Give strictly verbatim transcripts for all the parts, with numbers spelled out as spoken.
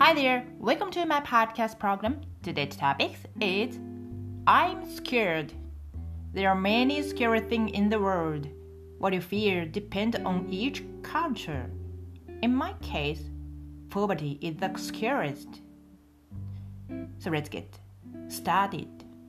Hi there, welcome to my podcast program. Today's topic is I'm scared. There are many scary things in the world. What you fear depends on each culture. In my case, poverty is the scariest. So let's get started.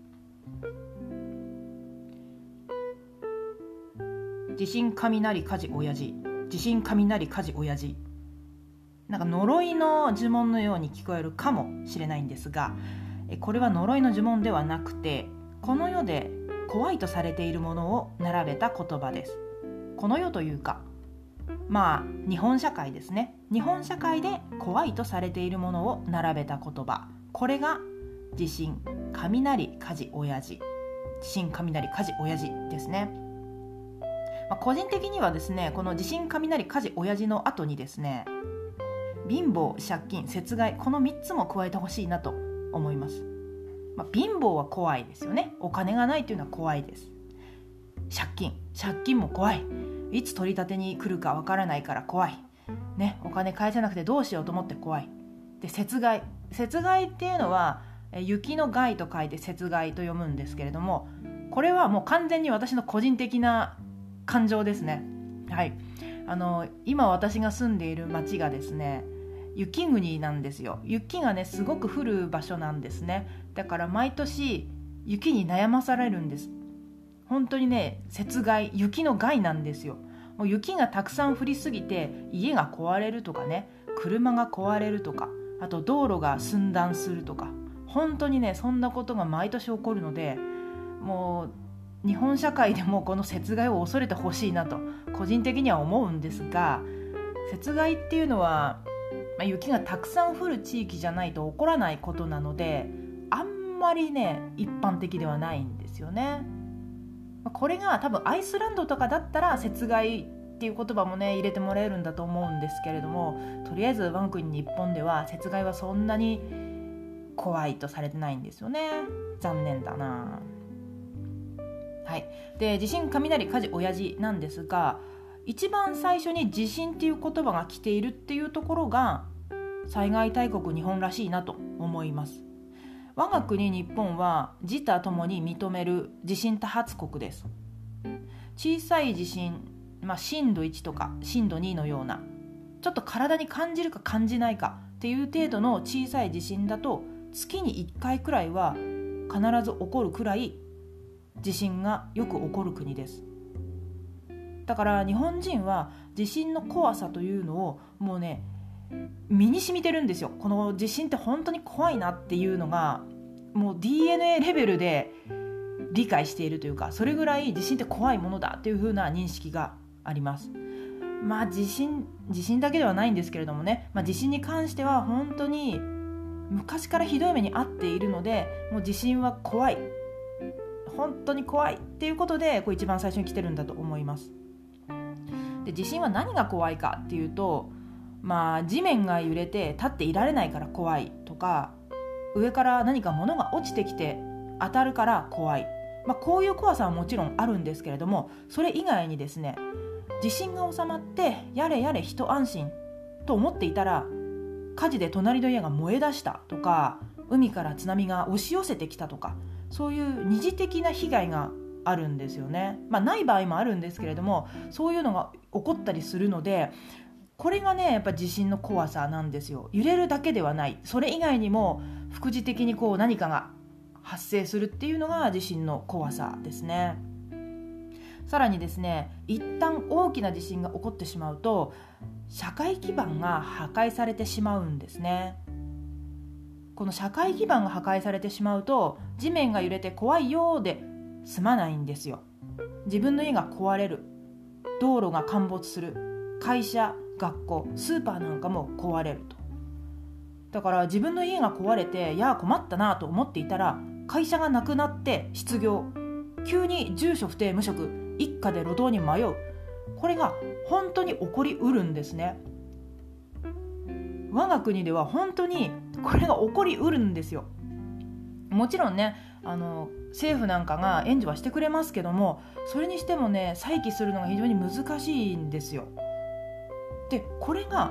地震雷火事親父地震雷火事親父なんか呪いの呪文のように聞こえるかもしれないんですが、これは呪いの呪文ではなくて、この世で怖いとされているものを並べた言葉です。この世というか、まあ日本社会ですね。日本社会で怖いとされているものを並べた言葉、これが地震雷火事親父地震雷火事親父ですね。まあ、個人的にはですね、この地震雷火事親父の後にですね、貧乏借金雪害、このみっつも加えてほしいなと思います。まあ、貧乏は怖いですよね。お金がないというのは怖いです。借金借金も怖い。いつ取り立てに来るかわからないから怖い、ね、お金返せなくてどうしようと思って怖い。で、雪害雪害っていうのは雪の害と書いて雪害と読むんですけれども、これはもう完全に私の個人的な感情ですね。はい、あの今私が住んでいる町がですね、雪国なんですよ。雪がねすごく降る場所なんですね。だから毎年雪に悩まされるんです。本当にね、雪害、雪の害なんですよ。もう雪がたくさん降りすぎて家が壊れるとかね、車が壊れるとか、あと道路が寸断するとか、本当にねそんなことが毎年起こるので、もう日本社会でもこの雪害を恐れてほしいなと個人的には思うんですが、雪害っていうのは、まあ、雪がたくさん降る地域じゃないと起こらないことなので、あんまりね一般的ではないんですよね。これが多分アイスランドとかだったら雪害っていう言葉もね入れてもらえるんだと思うんですけれども、とりあえず我が国日本では雪害はそんなに怖いとされてないんですよね。残念だな。はい、で地震雷火事親父なんですが、一番最初に地震っていう言葉が来ているっていうところが災害大国日本らしいなと思います。我が国日本は自他ともに認める地震多発国です。小さい地震、まあ、震度いちとか震度にのようなちょっと体に感じるか感じないかっていう程度の小さい地震だと月にいっかいくらいは必ず起こるくらい地震がよく起こる国です。だから日本人は地震の怖さというのをもうね身に染みてるんですよ。この地震って本当に怖いなっていうのがもう ディーエヌエー レベルで理解しているというか、それぐらい地震って怖いものだっていう風な認識があります。まあ地震地震だけではないんですけれどもね、まあ、地震に関しては本当に昔からひどい目に遭っているので、もう地震は怖い、本当に怖いっていうことでこれ一番最初に来てるんだと思います。で、地震は何が怖いかっていうと、まあ地面が揺れて立っていられないから怖いとか、上から何か物が落ちてきて当たるから怖い、まあ、こういう怖さはもちろんあるんですけれども、それ以外にですね、地震が収まってやれやれ一安心と思っていたら火事で隣の家が燃え出したとか、海から津波が押し寄せてきたとか、そういう二次的な被害があるんですよね。まあない場合もあるんですけれども、そういうのが起こったりするので、これがねやっぱ地震の怖さなんですよ。揺れるだけではない、それ以外にも副次的にこう何かが発生するっていうのが地震の怖さですね。さらにですね、一旦大きな地震が起こってしまうと社会基盤が破壊されてしまうんですね。この社会基盤が破壊されてしまうと、地面が揺れて怖いようで済まないんですよ。自分の家が壊れる、道路が陥没する、会社、学校、スーパーなんかも壊れると。だから自分の家が壊れて、いや困ったなと思っていたら、会社がなくなって失業、急に住所不定無職、一家で路頭に迷う、これが本当に起こりうるんですね。我が国では本当にこれが起こりうるんですよ。もちろんね、あの政府なんかが援助はしてくれますけども、それにしてもね再起するのが非常に難しいんですよ。で、これが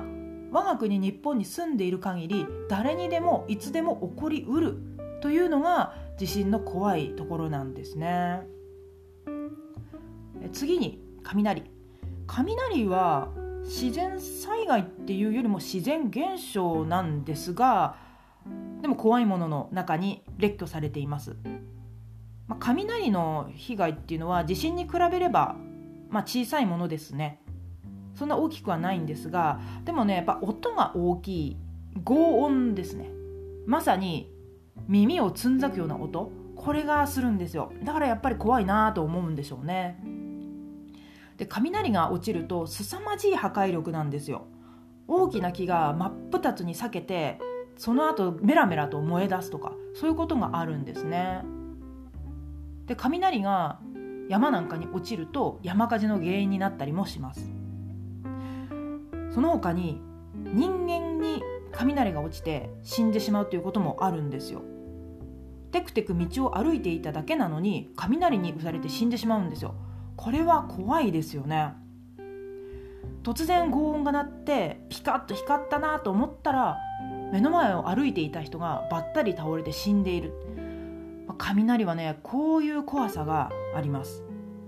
我が国日本に住んでいる限り誰にでもいつでも起こりうるというのが地震の怖いところなんですね。次に雷。雷は自然災害っていうよりも自然現象なんですが、でも怖いものの中に列挙されています。まあ、雷の被害っていうのは地震に比べれば、まあ、小さいものですね。そんな大きくはないんですが、でもねやっぱ音が大きい轟音ですね。まさに耳をつんざくような音、これがするんですよ。だからやっぱり怖いなと思うんでしょうね。で雷が落ちると凄まじい破壊力なんですよ。大きな木が真っ二つに裂けてその後メラメラと燃え出すとか、そういうことがあるんですね。で雷が山なんかに落ちると山火事の原因になったりもします。その他に人間に雷が落ちて死んでしまうということもあるんですよ。テクテク道を歩いていただけなのに雷に打たれて死んでしまうんですよ。これは怖いですよね。突然轟音が鳴ってピカッと光ったなと思ったら目の前を歩いていた人がばったり倒れて死んでいる。雷はねこういう怖さがあります。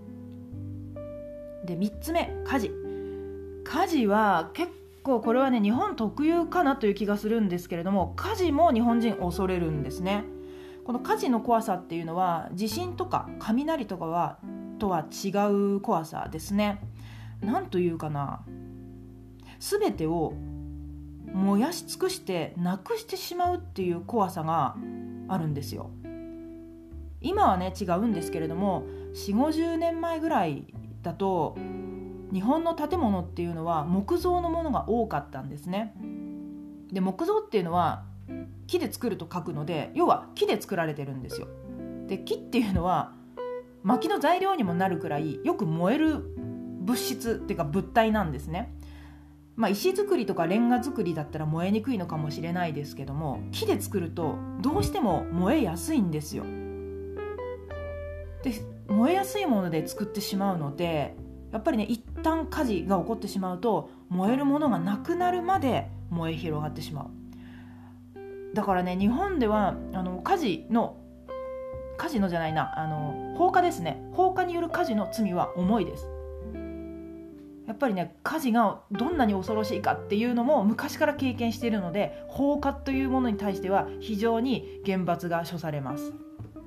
でみっつめ、火事。火事は結構これはね日本特有かなという気がするんですけれども、火事も日本人恐れるんですね。この火事の怖さっていうのは地震とか雷とかはとは違う怖さですね。なんというかな、全てを燃やし尽くしてなくしてしまうっていう怖さがあるんですよ。今はね違うんですけれども、よんじゅうごじゅうねんまえぐらいだと日本の建物っていうのは木造のものが多かったんですね。で木造っていうのは木で作ると書くので、要は木で作られてるんですよ。で木っていうのは薪の材料にもなるくらいよく燃える物質っていうか物体なんですね。まあ、石造りとかレンガ造りだったら燃えにくいのかもしれないですけども、木で作るとどうしても燃えやすいんですよ。で燃えやすいもので作ってしまうので、やっぱりね一旦火事が起こってしまうと燃えるものがなくなるまで燃え広がってしまう。だからね日本ではあの火事の火事のじゃないなあの放火ですね。放火による火事の罪は重いです。やっぱりね火事がどんなに恐ろしいかっていうのも昔から経験しているので、放火というものに対しては非常に厳罰が処されます。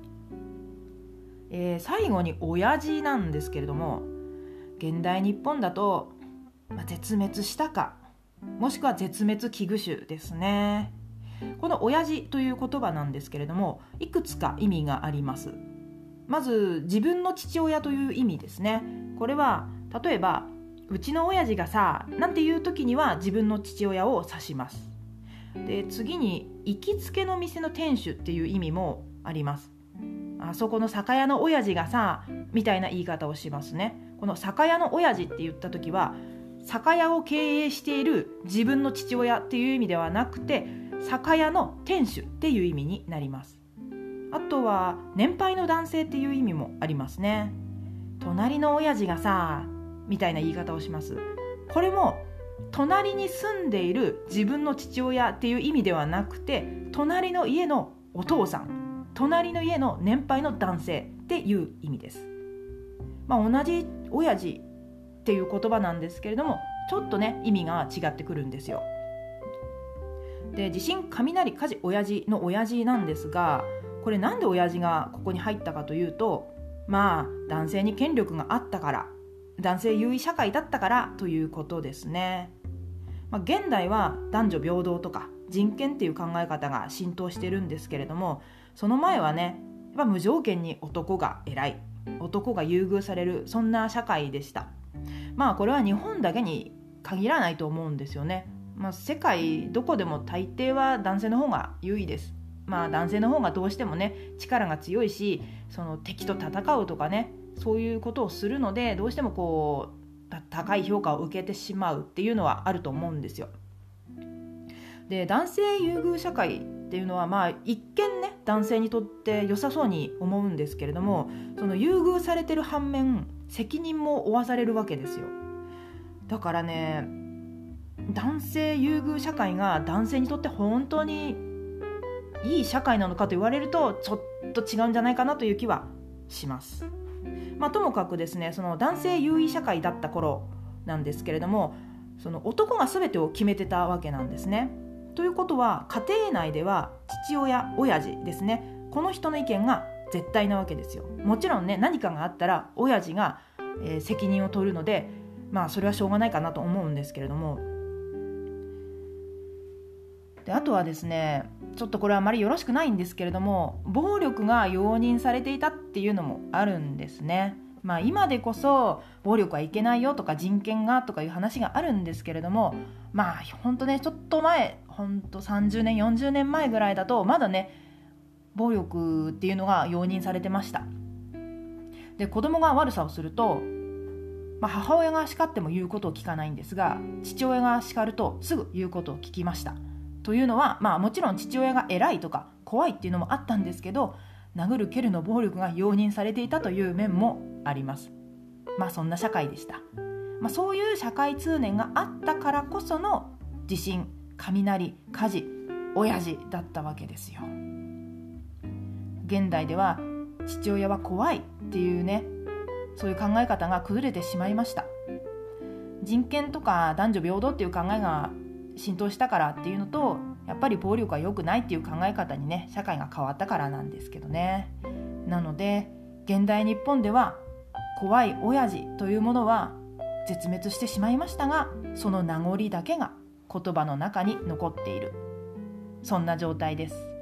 えー、最後に親父なんですけれども、現代日本だと、まあ、絶滅したかもしくは絶滅危惧種ですね。この親父という言葉なんですけれども、いくつか意味があります。まず自分の父親という意味ですね。これは例えばうちの親父がさなんていう時には自分の父親を指します。で次に行きつけの店の店主っていう意味もあります。あそこの酒屋の親父がさみたいな言い方をしますね。この酒屋の親父って言った時は酒屋を経営している自分の父親っていう意味ではなくて、酒屋の店主っていう意味になります。あとは年配の男性っていう意味もありますね。隣の親父がさみたいな言い方をします。これも隣に住んでいる自分の父親っていう意味ではなくて、隣の家のお父さん、隣の家の年配の男性っていう意味です。まあ、同じ親父っていう言葉なんですけれども、ちょっとね意味が違ってくるんですよ。で地震、雷、火事、親父の親父なんですが、これなんで親父がここに入ったかというと、まあ男性に権力があったから、男性優位社会だったからということですね。まあ、現代は男女平等とか人権っていう考え方が浸透してるんですけれども、その前はねやっぱ無条件に男が偉い、男が優遇される、そんな社会でした。まあこれは日本だけに限らないと思うんですよね。まあ、世界どこでも大抵は男性の方が優位です。まあ男性の方がどうしてもね力が強いし、その敵と戦うとかねそういうことをするので、どうしてもこう高い評価を受けてしまうっていうのはあると思うんですよ。で男性優遇社会っていうのはまあ一見ね男性にとって良さそうに思うんですけれども、その優遇されてる反面責任も負わされるわけですよ。だからね男性優遇社会が男性にとって本当にいい社会なのかと言われるとちょっと違うんじゃないかなという気はします。まあ、ともかくですね、その男性優位社会だった頃なんですけれども、その男が全てを決めてたわけなんですね。ということは家庭内では父親親父ですね、この人の意見が絶対なわけですよ。もちろんね、何かがあったら親父が、えー、責任を取るので、まあそれはしょうがないかなと思うんですけれども、であとはですね、ちょっとこれはあまりよろしくないんですけれども、暴力が容認されていたっていうのもあるんですね。まあ今でこそ暴力はいけないよとか人権がとかいう話があるんですけれども、まあ本当ね、ちょっと前、本当さんじゅうねんよんじゅうねんまえぐらいだとまだね、暴力っていうのが容認されてました。で、子供が悪さをすると、まあ、母親が叱っても言うことを聞かないんですが、父親が叱るとすぐ言うことを聞きました。というのは、まあ、もちろん父親が偉いとか怖いっていうのもあったんですけど、殴る蹴るの暴力が容認されていたという面もあります。まあそんな社会でした。まあ、そういう社会通念があったからこその地震、雷、火事、親父だったわけですよ。現代では父親は怖いっていうね、そういう考え方が崩れてしまいました。人権とか男女平等っていう考えが浸透したからっていうのと、やっぱり暴力は良くないっていう考え方にね、社会が変わったからなんですけどね。なので現代日本では怖い親父というものは絶滅してしまいましたが、その名残だけが言葉の中に残っている、そんな状態です。